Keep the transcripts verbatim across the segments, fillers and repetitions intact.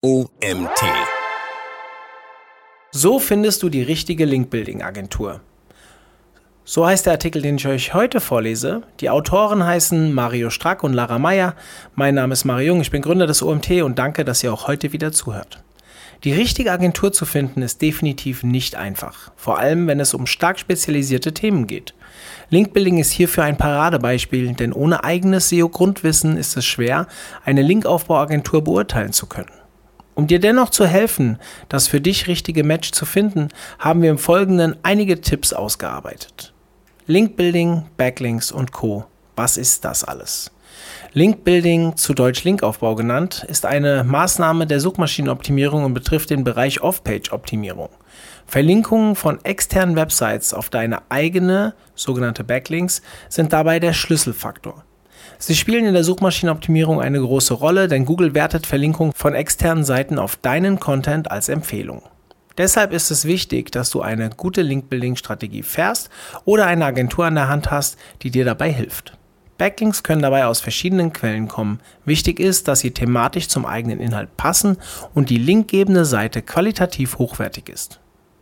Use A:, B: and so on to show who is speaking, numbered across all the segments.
A: O M T.
B: So findest du die richtige Link-Building-Agentur. So heißt der Artikel, den ich euch heute vorlese. Die Autoren heißen Mario Strack und Lara Meyer. Mein Name ist Mario Jung, ich bin Gründer des O M T und danke, dass ihr auch heute wieder zuhört. Die richtige Agentur zu finden ist definitiv nicht einfach, vor allem wenn es um stark spezialisierte Themen geht. Link-Building ist hierfür ein Paradebeispiel, denn ohne eigenes S E O-Grundwissen ist es schwer, eine Linkaufbauagentur beurteilen zu können. Um dir dennoch zu helfen, das für dich richtige Match zu finden, haben wir im Folgenden einige Tipps ausgearbeitet. Link-Building, Backlinks und Co. Was ist das alles? Link-Building, zu Deutsch Linkaufbau genannt, ist eine Maßnahme der Suchmaschinenoptimierung und betrifft den Bereich Off-Page-Optimierung. Verlinkungen von externen Websites auf deine eigene, sogenannte Backlinks, sind dabei der Schlüsselfaktor. Sie spielen in der Suchmaschinenoptimierung eine große Rolle, denn Google wertet Verlinkungen von externen Seiten auf deinen Content als Empfehlung. Deshalb ist es wichtig, dass du eine gute Link-Building-Strategie fährst oder eine Agentur an der Hand hast, die dir dabei hilft. Backlinks können dabei aus verschiedenen Quellen kommen. Wichtig ist, dass sie thematisch zum eigenen Inhalt passen und die linkgebende Seite qualitativ hochwertig ist.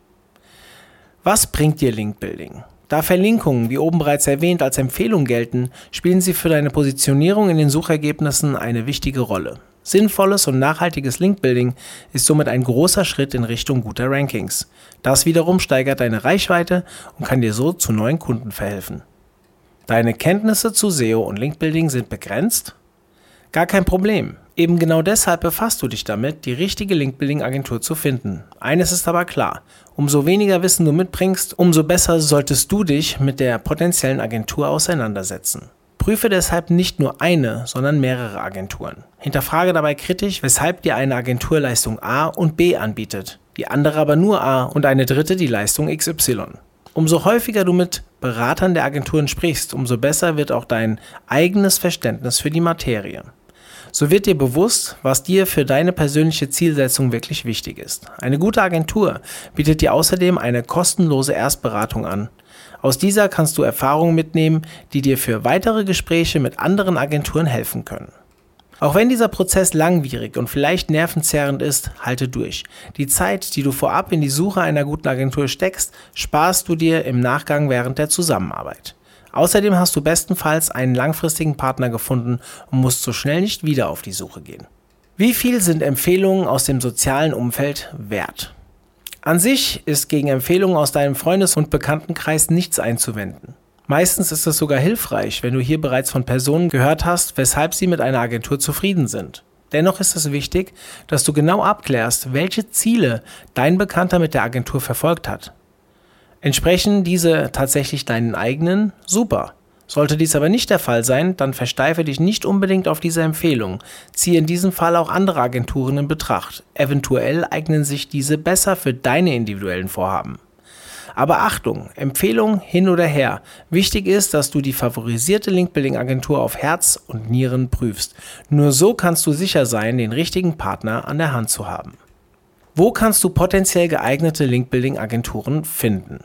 B: Was bringt dir Link-Building? Da Verlinkungen, wie oben bereits erwähnt, als Empfehlung gelten, spielen sie für deine Positionierung in den Suchergebnissen eine wichtige Rolle. Sinnvolles und nachhaltiges Link-Building ist somit ein großer Schritt in Richtung guter Rankings. Das wiederum steigert deine Reichweite und kann dir so zu neuen Kunden verhelfen. Deine Kenntnisse zu S E O und Link-Building sind begrenzt? Gar kein Problem. Eben genau deshalb befasst du dich damit, die richtige Link-Building-Agentur zu finden. Eines ist aber klar: Umso weniger Wissen du mitbringst, umso besser solltest du dich mit der potenziellen Agentur auseinandersetzen. Prüfe deshalb nicht nur eine, sondern mehrere Agenturen. Hinterfrage dabei kritisch, weshalb dir eine Agentur Leistung A und B anbietet, die andere aber nur A und eine dritte die Leistung X Y. Umso häufiger du mit Beratern der Agenturen sprichst, umso besser wird auch dein eigenes Verständnis für die Materie. So wird dir bewusst, was dir für deine persönliche Zielsetzung wirklich wichtig ist. Eine gute Agentur bietet dir außerdem eine kostenlose Erstberatung an. Aus dieser kannst du Erfahrungen mitnehmen, die dir für weitere Gespräche mit anderen Agenturen helfen können. Auch wenn dieser Prozess langwierig und vielleicht nervenzerrend ist, halte durch. Die Zeit, die du vorab in die Suche einer guten Agentur steckst, sparst du dir im Nachgang während der Zusammenarbeit. Außerdem hast du bestenfalls einen langfristigen Partner gefunden und musst so schnell nicht wieder auf die Suche gehen. Wie viel sind Empfehlungen aus dem sozialen Umfeld wert? An sich ist gegen Empfehlungen aus deinem Freundes- und Bekanntenkreis nichts einzuwenden. Meistens ist es sogar hilfreich, wenn du hier bereits von Personen gehört hast, weshalb sie mit einer Agentur zufrieden sind. Dennoch ist es wichtig, dass du genau abklärst, welche Ziele dein Bekannter mit der Agentur verfolgt hat. Entsprechen diese tatsächlich deinen eigenen? Super. Sollte dies aber nicht der Fall sein, dann versteife dich nicht unbedingt auf diese Empfehlung. Ziehe in diesem Fall auch andere Agenturen in Betracht. Eventuell eignen sich diese besser für deine individuellen Vorhaben. Aber Achtung, Empfehlung hin oder her. Wichtig ist, dass du die favorisierte Link-Building-Agentur auf Herz und Nieren prüfst. Nur so kannst du sicher sein, den richtigen Partner an der Hand zu haben. Wo kannst du potenziell geeignete Link-Building-Agenturen finden?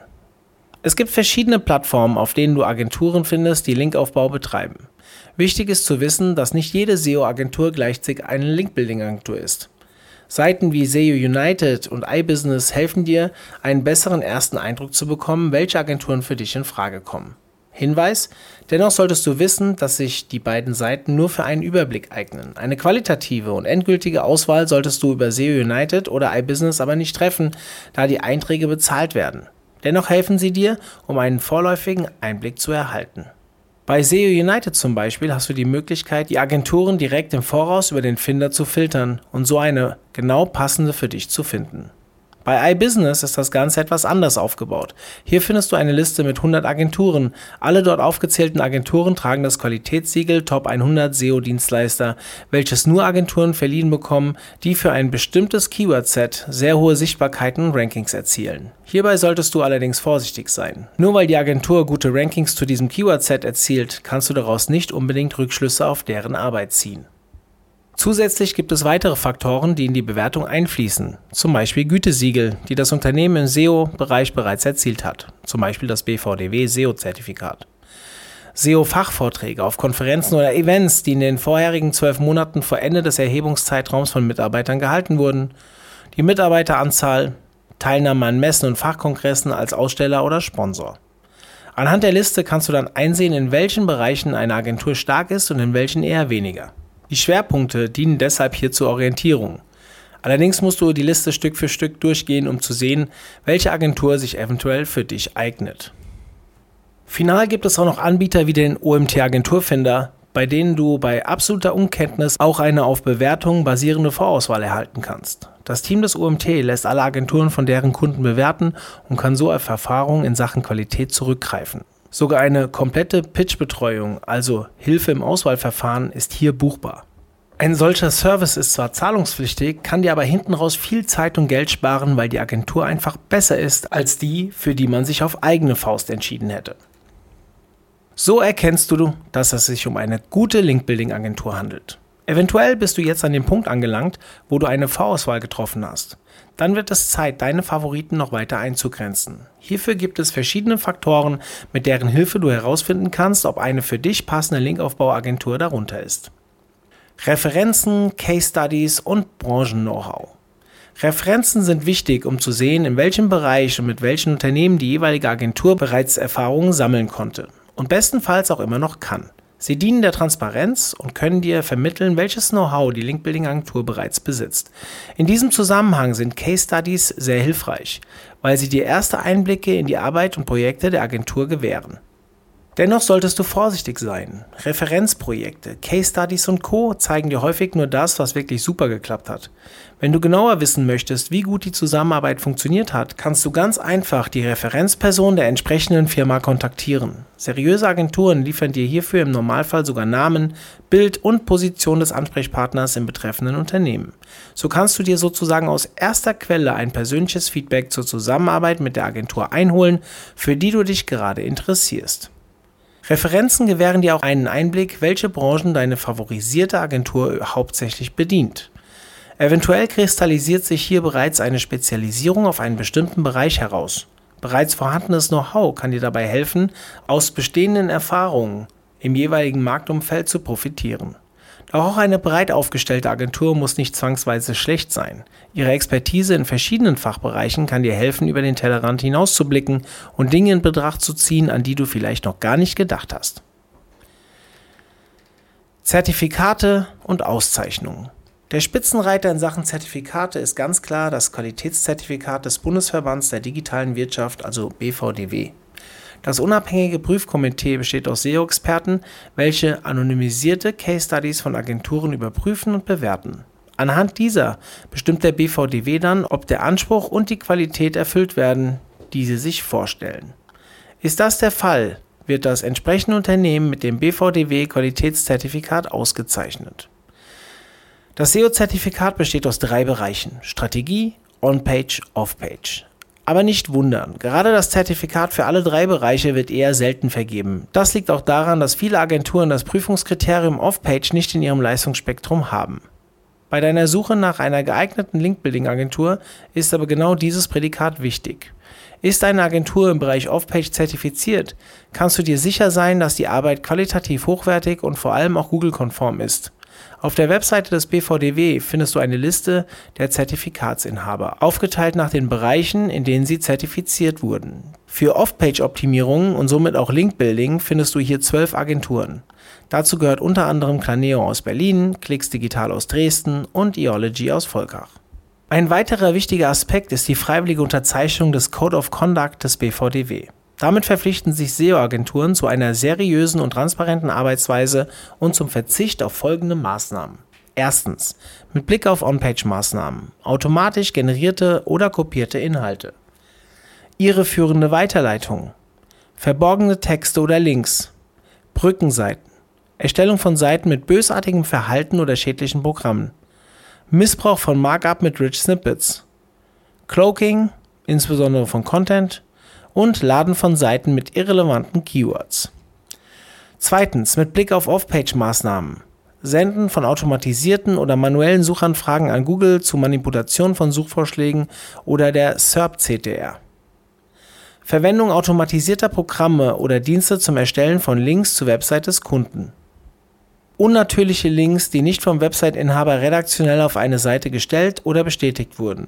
B: Es gibt verschiedene Plattformen, auf denen du Agenturen findest, die Linkaufbau betreiben. Wichtig ist zu wissen, dass nicht jede S E O-Agentur gleichzeitig eine Link-Building-Agentur ist. Seiten wie S E O United und iBusiness helfen dir, einen besseren ersten Eindruck zu bekommen, welche Agenturen für dich in Frage kommen. Hinweis: Dennoch solltest du wissen, dass sich die beiden Seiten nur für einen Überblick eignen. Eine qualitative und endgültige Auswahl solltest du über S E O United oder iBusiness aber nicht treffen, da die Einträge bezahlt werden. Dennoch helfen sie dir, um einen vorläufigen Einblick zu erhalten. Bei S E O United zum Beispiel hast du die Möglichkeit, die Agenturen direkt im Voraus über den Finder zu filtern und so eine genau passende für dich zu finden. Bei iBusiness ist das Ganze etwas anders aufgebaut. Hier findest du eine Liste mit hundert Agenturen. Alle dort aufgezählten Agenturen tragen das Qualitätssiegel Top hundert S E O-Dienstleister, welches nur Agenturen verliehen bekommen, die für ein bestimmtes Keyword-Set sehr hohe Sichtbarkeiten und Rankings erzielen. Hierbei solltest du allerdings vorsichtig sein. Nur weil die Agentur gute Rankings zu diesem Keyword-Set erzielt, kannst du daraus nicht unbedingt Rückschlüsse auf deren Arbeit ziehen. Zusätzlich gibt es weitere Faktoren, die in die Bewertung einfließen, zum Beispiel Gütesiegel, die das Unternehmen im S E O-Bereich bereits erzielt hat, zum Beispiel das B V D W S E O-Zertifikat. S E O-Fachvorträge auf Konferenzen oder Events, die in den vorherigen zwölf Monaten vor Ende des Erhebungszeitraums von Mitarbeitern gehalten wurden, die Mitarbeiteranzahl, Teilnahme an Messen und Fachkongressen als Aussteller oder Sponsor. Anhand der Liste kannst du dann einsehen, in welchen Bereichen eine Agentur stark ist und in welchen eher weniger. Die Schwerpunkte dienen deshalb hier zur Orientierung. Allerdings musst du die Liste Stück für Stück durchgehen, um zu sehen, welche Agentur sich eventuell für dich eignet. Final gibt es auch noch Anbieter wie den O M T Agenturfinder, bei denen du bei absoluter Unkenntnis auch eine auf Bewertungen basierende Vorauswahl erhalten kannst. Das Team des O M T lässt alle Agenturen von deren Kunden bewerten und kann so auf Erfahrungen in Sachen Qualität zurückgreifen. Sogar eine komplette Pitch-Betreuung, also Hilfe im Auswahlverfahren, ist hier buchbar. Ein solcher Service ist zwar zahlungspflichtig, kann dir aber hinten raus viel Zeit und Geld sparen, weil die Agentur einfach besser ist als die, für die man sich auf eigene Faust entschieden hätte. So erkennst du, dass es sich um eine gute Link-Building-Agentur handelt. Eventuell bist du jetzt an dem Punkt angelangt, wo du eine Vorauswahl getroffen hast. Dann wird es Zeit, deine Favoriten noch weiter einzugrenzen. Hierfür gibt es verschiedene Faktoren, mit deren Hilfe du herausfinden kannst, ob eine für dich passende Linkaufbauagentur darunter ist. Referenzen, Case Studies und Branchen-Know-how. Referenzen sind wichtig, um zu sehen, in welchem Bereich und mit welchen Unternehmen die jeweilige Agentur bereits Erfahrungen sammeln konnte und bestenfalls auch immer noch kann. Sie dienen der Transparenz und können dir vermitteln, welches Know-how die Link-Building-Agentur bereits besitzt. In diesem Zusammenhang sind Case Studies sehr hilfreich, weil sie dir erste Einblicke in die Arbeit und Projekte der Agentur gewähren. Dennoch solltest du vorsichtig sein. Referenzprojekte, Case Studies und Co. zeigen dir häufig nur das, was wirklich super geklappt hat. Wenn du genauer wissen möchtest, wie gut die Zusammenarbeit funktioniert hat, kannst du ganz einfach die Referenzperson der entsprechenden Firma kontaktieren. Seriöse Agenturen liefern dir hierfür im Normalfall sogar Namen, Bild und Position des Ansprechpartners im betreffenden Unternehmen. So kannst du dir sozusagen aus erster Quelle ein persönliches Feedback zur Zusammenarbeit mit der Agentur einholen, für die du dich gerade interessierst. Referenzen gewähren dir auch einen Einblick, welche Branchen deine favorisierte Agentur hauptsächlich bedient. Eventuell kristallisiert sich hier bereits eine Spezialisierung auf einen bestimmten Bereich heraus. Bereits vorhandenes Know-how kann dir dabei helfen, aus bestehenden Erfahrungen im jeweiligen Marktumfeld zu profitieren. Doch auch eine breit aufgestellte Agentur muss nicht zwangsweise schlecht sein. Ihre Expertise in verschiedenen Fachbereichen kann dir helfen, über den Tellerrand hinauszublicken und Dinge in Betracht zu ziehen, an die du vielleicht noch gar nicht gedacht hast. Zertifikate und Auszeichnungen. Der Spitzenreiter in Sachen Zertifikate ist ganz klar das Qualitätszertifikat des Bundesverbands der digitalen Wirtschaft, also B V D W. Das unabhängige Prüfkomitee besteht aus S E O-Experten, welche anonymisierte Case Studies von Agenturen überprüfen und bewerten. Anhand dieser bestimmt der B V D W dann, ob der Anspruch und die Qualität erfüllt werden, die sie sich vorstellen. Ist das der Fall, wird das entsprechende Unternehmen mit dem B V D W-Qualitätszertifikat ausgezeichnet. Das S E O-Zertifikat besteht aus drei Bereichen: Strategie, On-Page, Off-Page. Aber nicht wundern, gerade das Zertifikat für alle drei Bereiche wird eher selten vergeben. Das liegt auch daran, dass viele Agenturen das Prüfungskriterium Off-Page nicht in ihrem Leistungsspektrum haben. Bei deiner Suche nach einer geeigneten Link-Building-Agentur ist aber genau dieses Prädikat wichtig. Ist deine Agentur im Bereich Off-Page zertifiziert, kannst du dir sicher sein, dass die Arbeit qualitativ hochwertig und vor allem auch Google-konform ist. Auf der Webseite des B V D W findest du eine Liste der Zertifikatsinhaber, aufgeteilt nach den Bereichen, in denen sie zertifiziert wurden. Für Off-Page-Optimierungen und somit auch Link-Building findest du hier zwölf Agenturen. Dazu gehört unter anderem Claneo aus Berlin, Clicks Digital aus Dresden und Eology aus Volkach. Ein weiterer wichtiger Aspekt ist die freiwillige Unterzeichnung des Code of Conduct des B V D W. Damit verpflichten sich S E O-Agenturen zu einer seriösen und transparenten Arbeitsweise und zum Verzicht auf folgende Maßnahmen. Erstens, mit Blick auf On-Page-Maßnahmen, automatisch generierte oder kopierte Inhalte, irreführende Weiterleitungen, verborgene Texte oder Links, Brückenseiten, Erstellung von Seiten mit bösartigem Verhalten oder schädlichen Programmen, Missbrauch von Markup mit Rich Snippets, Cloaking, insbesondere von Content, und Laden von Seiten mit irrelevanten Keywords. Zweitens, mit Blick auf Off-Page-Maßnahmen. Senden von automatisierten oder manuellen Suchanfragen an Google zu Manipulation von Suchvorschlägen oder der S E R P C T R. Verwendung automatisierter Programme oder Dienste zum Erstellen von Links zur Website des Kunden. Unnatürliche Links, die nicht vom Website-Inhaber redaktionell auf eine Seite gestellt oder bestätigt wurden.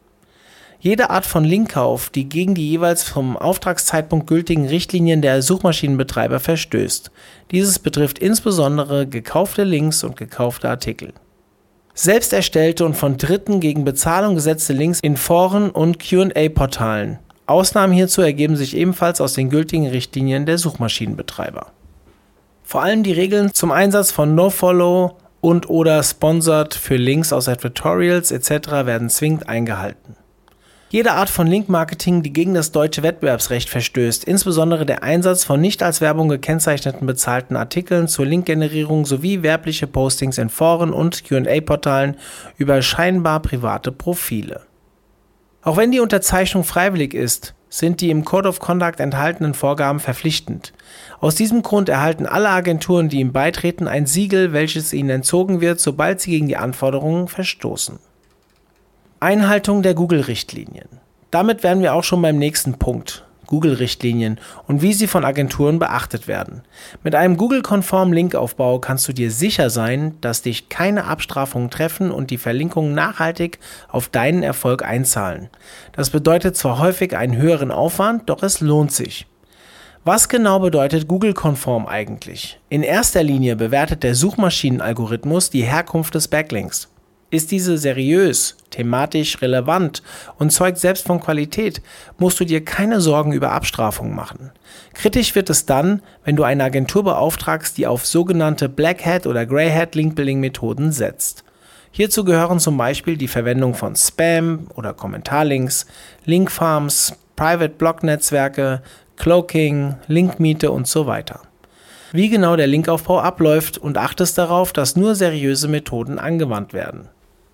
B: Jede Art von Linkkauf, die gegen die jeweils vom Auftragszeitpunkt gültigen Richtlinien der Suchmaschinenbetreiber verstößt. Dieses betrifft insbesondere gekaufte Links und gekaufte Artikel. Selbst erstellte und von Dritten gegen Bezahlung gesetzte Links in Foren und Q und A-Portalen. Ausnahmen hierzu ergeben sich ebenfalls aus den gültigen Richtlinien der Suchmaschinenbetreiber. Vor allem die Regeln zum Einsatz von Nofollow und oder Sponsored für Links aus Advertorials et cetera werden zwingend eingehalten. Jede Art von Link-Marketing, die gegen das deutsche Wettbewerbsrecht verstößt, insbesondere der Einsatz von nicht als Werbung gekennzeichneten bezahlten Artikeln zur Linkgenerierung sowie werbliche Postings in Foren und Q und A-Portalen über scheinbar private Profile. Auch wenn die Unterzeichnung freiwillig ist, sind die im Code of Conduct enthaltenen Vorgaben verpflichtend. Aus diesem Grund erhalten alle Agenturen, die ihm beitreten, ein Siegel, welches ihnen entzogen wird, sobald sie gegen die Anforderungen verstoßen. Einhaltung der Google-Richtlinien. Damit wären wir auch schon beim nächsten Punkt, Google-Richtlinien und wie sie von Agenturen beachtet werden. Mit einem Google-konformen Linkaufbau kannst du dir sicher sein, dass dich keine Abstrafungen treffen und die Verlinkungen nachhaltig auf deinen Erfolg einzahlen. Das bedeutet zwar häufig einen höheren Aufwand, doch es lohnt sich. Was genau bedeutet Google-konform eigentlich? In erster Linie bewertet der Suchmaschinenalgorithmus die Herkunft des Backlinks. Ist diese seriös, thematisch relevant und zeugt selbst von Qualität, musst du dir keine Sorgen über Abstrafungen machen. Kritisch wird es dann, wenn du eine Agentur beauftragst, die auf sogenannte Black Hat oder Grey Hat Link-Building-Methoden setzt. Hierzu gehören zum Beispiel die Verwendung von Spam oder Kommentarlinks, Linkfarms, Private Blog-Netzwerke, Cloaking, Linkmiete und so weiter. Wie genau der Linkaufbau abläuft und achtest darauf, dass nur seriöse Methoden angewandt werden.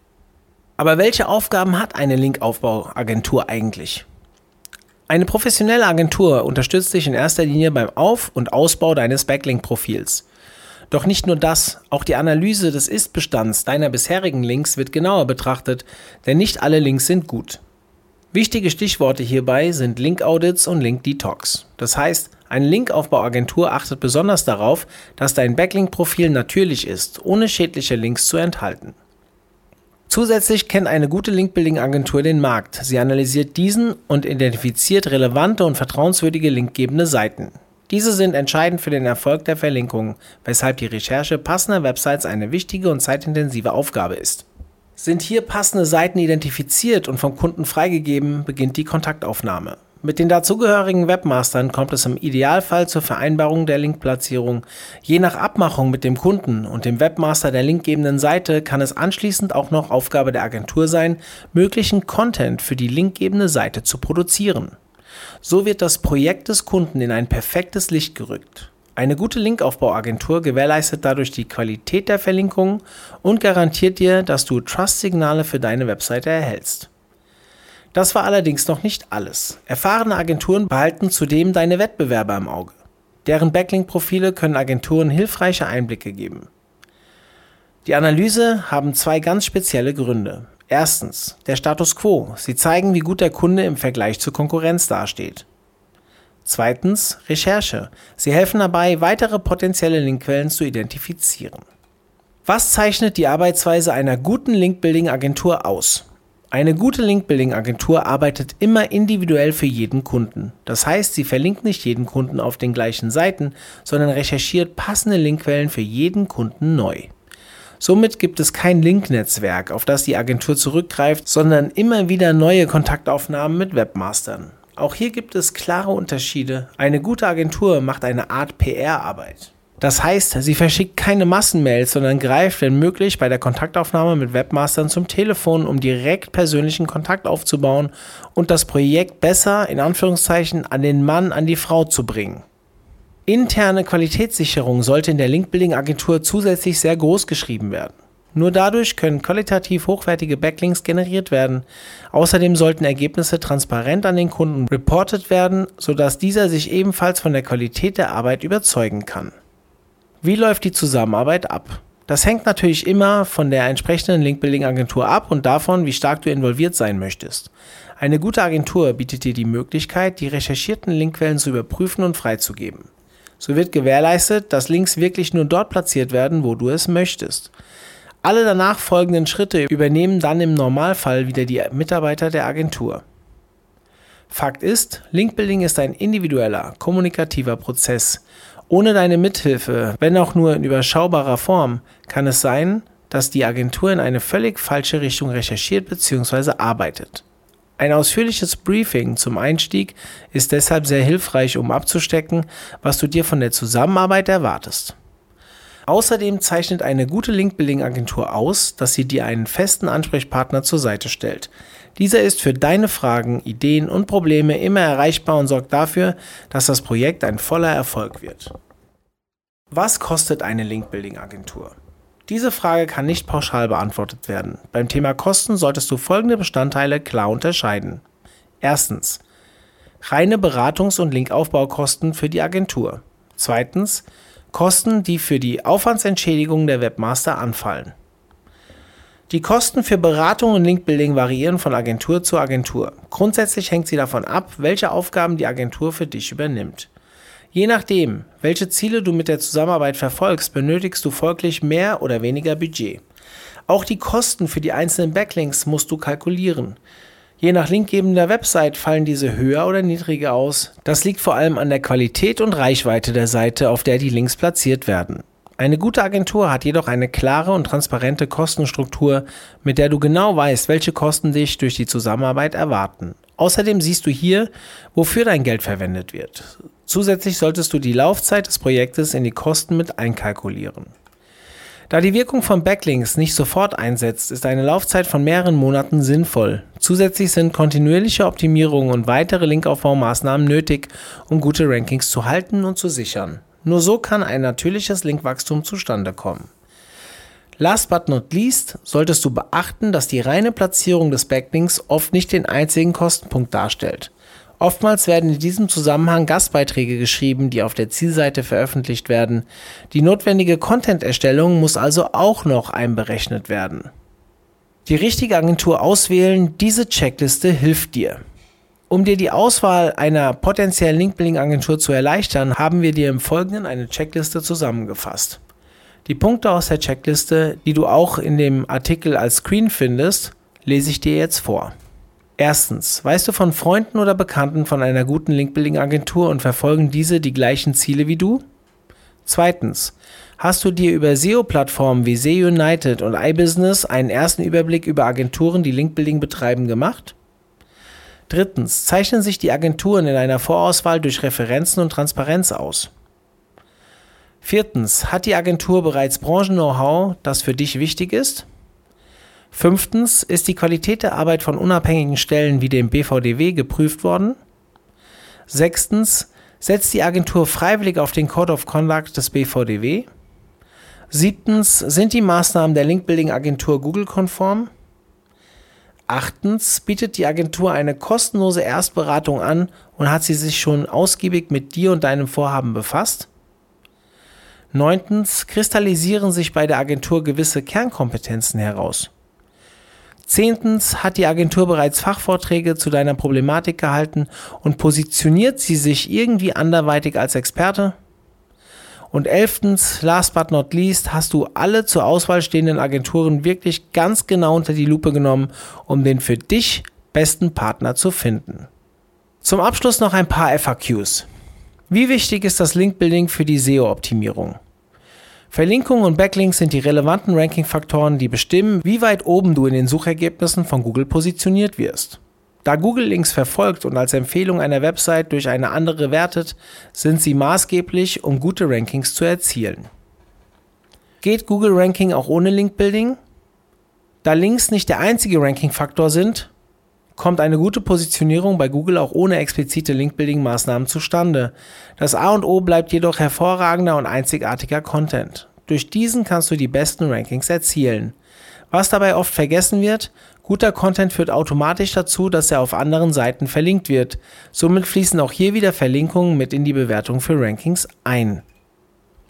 B: Aber welche Aufgaben hat eine Linkaufbauagentur eigentlich? Eine professionelle Agentur unterstützt dich in erster Linie beim Auf- und Ausbau deines Backlink-Profils. Doch nicht nur das, auch die Analyse des Ist-Bestands deiner bisherigen Links wird genauer betrachtet, denn nicht alle Links sind gut. Wichtige Stichworte hierbei sind Link-Audits und Link-Detox. Das heißt, eine Linkaufbauagentur achtet besonders darauf, dass dein Backlink-Profil natürlich ist, ohne schädliche Links zu enthalten. Zusätzlich kennt eine gute Link-Building-Agentur den Markt. Sie analysiert diesen und identifiziert relevante und vertrauenswürdige linkgebende Seiten. Diese sind entscheidend für den Erfolg der Verlinkung, weshalb die Recherche passender Websites eine wichtige und zeitintensive Aufgabe ist. Sind hier passende Seiten identifiziert und vom Kunden freigegeben, beginnt die Kontaktaufnahme. Mit den dazugehörigen Webmastern kommt es im Idealfall zur Vereinbarung der Linkplatzierung. Je nach Abmachung mit dem Kunden und dem Webmaster der linkgebenden Seite kann es anschließend auch noch Aufgabe der Agentur sein, möglichen Content für die linkgebende Seite zu produzieren. So wird das Projekt des Kunden in ein perfektes Licht gerückt. Eine gute Linkaufbauagentur gewährleistet dadurch die Qualität der Verlinkungen und garantiert dir, dass du Trust-Signale für deine Webseite erhältst. Das war allerdings noch nicht alles. Erfahrene Agenturen behalten zudem deine Wettbewerber im Auge. Deren Backlink-Profile können Agenturen hilfreiche Einblicke geben. Die Analyse haben zwei ganz spezielle Gründe. Erstens, der Status Quo. Sie zeigen, wie gut der Kunde im Vergleich zur Konkurrenz dasteht. Zweitens, Recherche. Sie helfen dabei, weitere potenzielle Linkquellen zu identifizieren. Was zeichnet die Arbeitsweise einer guten Link-Building-Agentur aus? Eine gute Link-Building-Agentur arbeitet immer individuell für jeden Kunden. Das heißt, sie verlinkt nicht jeden Kunden auf den gleichen Seiten, sondern recherchiert passende Linkquellen für jeden Kunden neu. Somit gibt es kein Linknetzwerk, auf das die Agentur zurückgreift, sondern immer wieder neue Kontaktaufnahmen mit Webmastern. Auch hier gibt es klare Unterschiede. Eine gute Agentur macht eine Art P R-Arbeit. Das heißt, sie verschickt keine Massenmails, sondern greift, wenn möglich, bei der Kontaktaufnahme mit Webmastern zum Telefon, um direkt persönlichen Kontakt aufzubauen und das Projekt besser, in Anführungszeichen, an den Mann, an die Frau zu bringen. Interne Qualitätssicherung sollte in der Link-Building-Agentur zusätzlich sehr groß geschrieben werden. Nur dadurch können qualitativ hochwertige Backlinks generiert werden. Außerdem sollten Ergebnisse transparent an den Kunden reportet werden, sodass dieser sich ebenfalls von der Qualität der Arbeit überzeugen kann. Wie läuft die Zusammenarbeit ab? Das hängt natürlich immer von der entsprechenden Link-Building-Agentur ab und davon, wie stark du involviert sein möchtest. Eine gute Agentur bietet dir die Möglichkeit, die recherchierten Linkquellen zu überprüfen und freizugeben. So wird gewährleistet, dass Links wirklich nur dort platziert werden, wo du es möchtest. Alle danach folgenden Schritte übernehmen dann im Normalfall wieder die Mitarbeiter der Agentur. Fakt ist, Linkbuilding ist ein individueller, kommunikativer Prozess. Ohne deine Mithilfe, wenn auch nur in überschaubarer Form, kann es sein, dass die Agentur in eine völlig falsche Richtung recherchiert bzw. arbeitet. Ein ausführliches Briefing zum Einstieg ist deshalb sehr hilfreich, um abzustecken, was du dir von der Zusammenarbeit erwartest. Außerdem zeichnet eine gute Link-Building-Agentur aus, dass sie dir einen festen Ansprechpartner zur Seite stellt. Dieser ist für deine Fragen, Ideen und Probleme immer erreichbar und sorgt dafür, dass das Projekt ein voller Erfolg wird. Was kostet eine Link-Building-Agentur? Diese Frage kann nicht pauschal beantwortet werden. Beim Thema Kosten solltest du folgende Bestandteile klar unterscheiden. Erstens, reine Beratungs- und Linkaufbaukosten für die Agentur. Zweitens, Kosten, die für die Aufwandsentschädigung der Webmaster anfallen. Die Kosten für Beratung und Linkbuilding variieren von Agentur zu Agentur. Grundsätzlich hängt sie davon ab, welche Aufgaben die Agentur für dich übernimmt. Je nachdem, welche Ziele du mit der Zusammenarbeit verfolgst, benötigst du folglich mehr oder weniger Budget. Auch die Kosten für die einzelnen Backlinks musst du kalkulieren. Je nach linkgebender Website fallen diese höher oder niedriger aus. Das liegt vor allem an der Qualität und Reichweite der Seite, auf der die Links platziert werden. Eine gute Agentur hat jedoch eine klare und transparente Kostenstruktur, mit der du genau weißt, welche Kosten dich durch die Zusammenarbeit erwarten. Außerdem siehst du hier, wofür dein Geld verwendet wird. Zusätzlich solltest du die Laufzeit des Projektes in die Kosten mit einkalkulieren. Da die Wirkung von Backlinks nicht sofort einsetzt, ist eine Laufzeit von mehreren Monaten sinnvoll. Zusätzlich sind kontinuierliche Optimierungen und weitere Linkaufbaumaßnahmen nötig, um gute Rankings zu halten und zu sichern. Nur so kann ein natürliches Linkwachstum zustande kommen. Last but not least solltest du beachten, dass die reine Platzierung des Backlinks oft nicht den einzigen Kostenpunkt darstellt. Oftmals werden in diesem Zusammenhang Gastbeiträge geschrieben, die auf der Zielseite veröffentlicht werden. Die notwendige Content-Erstellung muss also auch noch einberechnet werden. Die richtige Agentur auswählen, diese Checkliste hilft dir. Um dir die Auswahl einer potenziellen Link-Building-Agentur zu erleichtern, haben wir dir im Folgenden eine Checkliste zusammengefasst. Die Punkte aus der Checkliste, die du auch in dem Artikel als Screen findest, lese ich dir jetzt vor. Erstens, weißt du von Freunden oder Bekannten von einer guten Link-Building-Agentur und verfolgen diese die gleichen Ziele wie du? Zweitens, hast du dir über S E O-Plattformen wie S E O United und iBusiness einen ersten Überblick über Agenturen, die Link-Building betreiben, gemacht? Drittens, zeichnen sich die Agenturen in einer Vorauswahl durch Referenzen und Transparenz aus? Viertens, hat die Agentur bereits Branchen-Know-how, das für dich wichtig ist? Fünftens, ist die Qualität der Arbeit von unabhängigen Stellen wie dem B V D W geprüft worden? Sechstens, setzt die Agentur freiwillig auf den Code of Conduct des B V D W? Siebtens, sind die Maßnahmen der Link-Building-Agentur Google-konform? Achtens, bietet die Agentur eine kostenlose Erstberatung an und hat sie sich schon ausgiebig mit dir und deinem Vorhaben befasst? Neuntens, kristallisieren sich bei der Agentur gewisse Kernkompetenzen heraus? Zehntens, hat die Agentur bereits Fachvorträge zu deiner Problematik gehalten und positioniert sie sich irgendwie anderweitig als Experte? Und elftens, last but not least, hast du alle zur Auswahl stehenden Agenturen wirklich ganz genau unter die Lupe genommen, um den für dich besten Partner zu finden. Zum Abschluss noch ein paar F A Qs. Wie wichtig ist das Link-Building für die S E O-Optimierung? Verlinkungen und Backlinks sind die relevanten Ranking-Faktoren, die bestimmen, wie weit oben du in den Suchergebnissen von Google positioniert wirst. Da Google Links verfolgt und als Empfehlung einer Website durch eine andere wertet, sind sie maßgeblich, um gute Rankings zu erzielen. Geht Google Ranking auch ohne Link-Building? Da Links nicht der einzige Ranking-Faktor sind, kommt eine gute Positionierung bei Google auch ohne explizite Link-Building-Maßnahmen zustande. Das A und O bleibt jedoch hervorragender und einzigartiger Content. Durch diesen kannst du die besten Rankings erzielen. Was dabei oft vergessen wird, guter Content führt automatisch dazu, dass er auf anderen Seiten verlinkt wird. Somit fließen auch hier wieder Verlinkungen mit in die Bewertung für Rankings ein.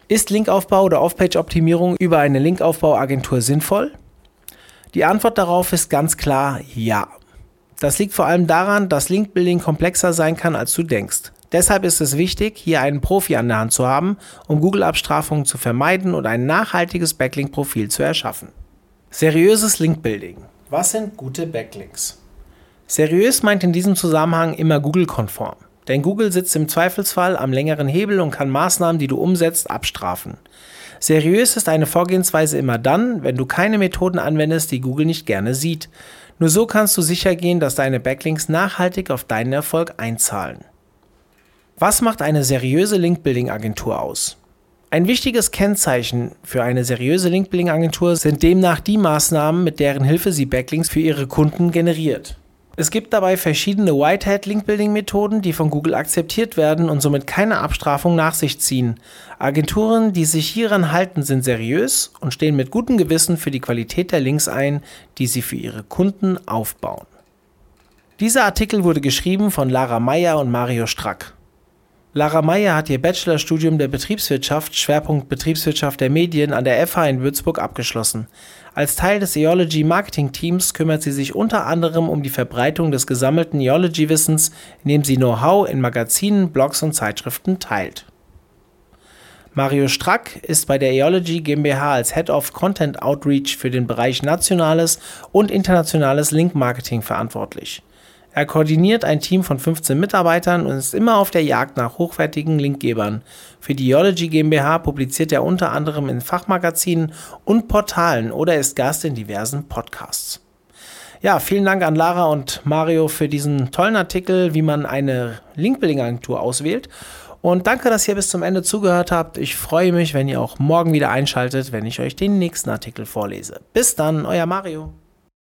B: Ist Linkaufbau oder Off-Page-Optimierung über eine Linkaufbauagentur sinnvoll? Die Antwort darauf ist ganz klar ja. Das liegt vor allem daran, dass Linkbuilding komplexer sein kann, als du denkst. Deshalb ist es wichtig, hier einen Profi an der Hand zu haben, um Google-Abstrafungen zu vermeiden und ein nachhaltiges Backlink-Profil zu erschaffen. Seriöses Linkbuilding. Was sind gute Backlinks? Seriös meint in diesem Zusammenhang immer Google-konform. Denn Google sitzt im Zweifelsfall am längeren Hebel und kann Maßnahmen, die du umsetzt, abstrafen. Seriös ist eine Vorgehensweise immer dann, wenn du keine Methoden anwendest, die Google nicht gerne sieht. Nur so kannst du sicher gehen, dass deine Backlinks nachhaltig auf deinen Erfolg einzahlen. Was macht eine seriöse Linkbuilding-Agentur aus? Ein wichtiges Kennzeichen für eine seriöse Linkbuilding-Agentur sind demnach die Maßnahmen, mit deren Hilfe sie Backlinks für ihre Kunden generiert. Es gibt dabei verschiedene Whitehat-Linkbuilding-Methoden, die von Google akzeptiert werden und somit keine Abstrafung nach sich ziehen. Agenturen, die sich hieran halten, sind seriös und stehen mit gutem Gewissen für die Qualität der Links ein, die sie für ihre Kunden aufbauen. Dieser Artikel wurde geschrieben von Lara Meyer und Mario Strack. Lara Meyer hat ihr Bachelorstudium der Betriebswirtschaft, Schwerpunkt Betriebswirtschaft der Medien, an der F H in Würzburg abgeschlossen. Als Teil des Eology-Marketing-Teams kümmert sie sich unter anderem um die Verbreitung des gesammelten Eology-Wissens, indem sie Know-how in Magazinen, Blogs und Zeitschriften teilt. Mario Strack ist bei der Eology GmbH als Head of Content Outreach für den Bereich nationales und internationales Link-Marketing verantwortlich. Er koordiniert ein Team von fünfzehn Mitarbeitern und ist immer auf der Jagd nach hochwertigen Linkgebern. Für die Eology GmbH publiziert er unter anderem in Fachmagazinen und Portalen oder ist Gast in diversen Podcasts. Ja, vielen Dank an Lara und Mario für diesen tollen Artikel, wie man eine Linkbuilding-Agentur auswählt. Und danke, dass ihr bis zum Ende zugehört habt. Ich freue mich, wenn ihr auch morgen wieder einschaltet, wenn ich euch den nächsten Artikel vorlese. Bis dann, euer Mario.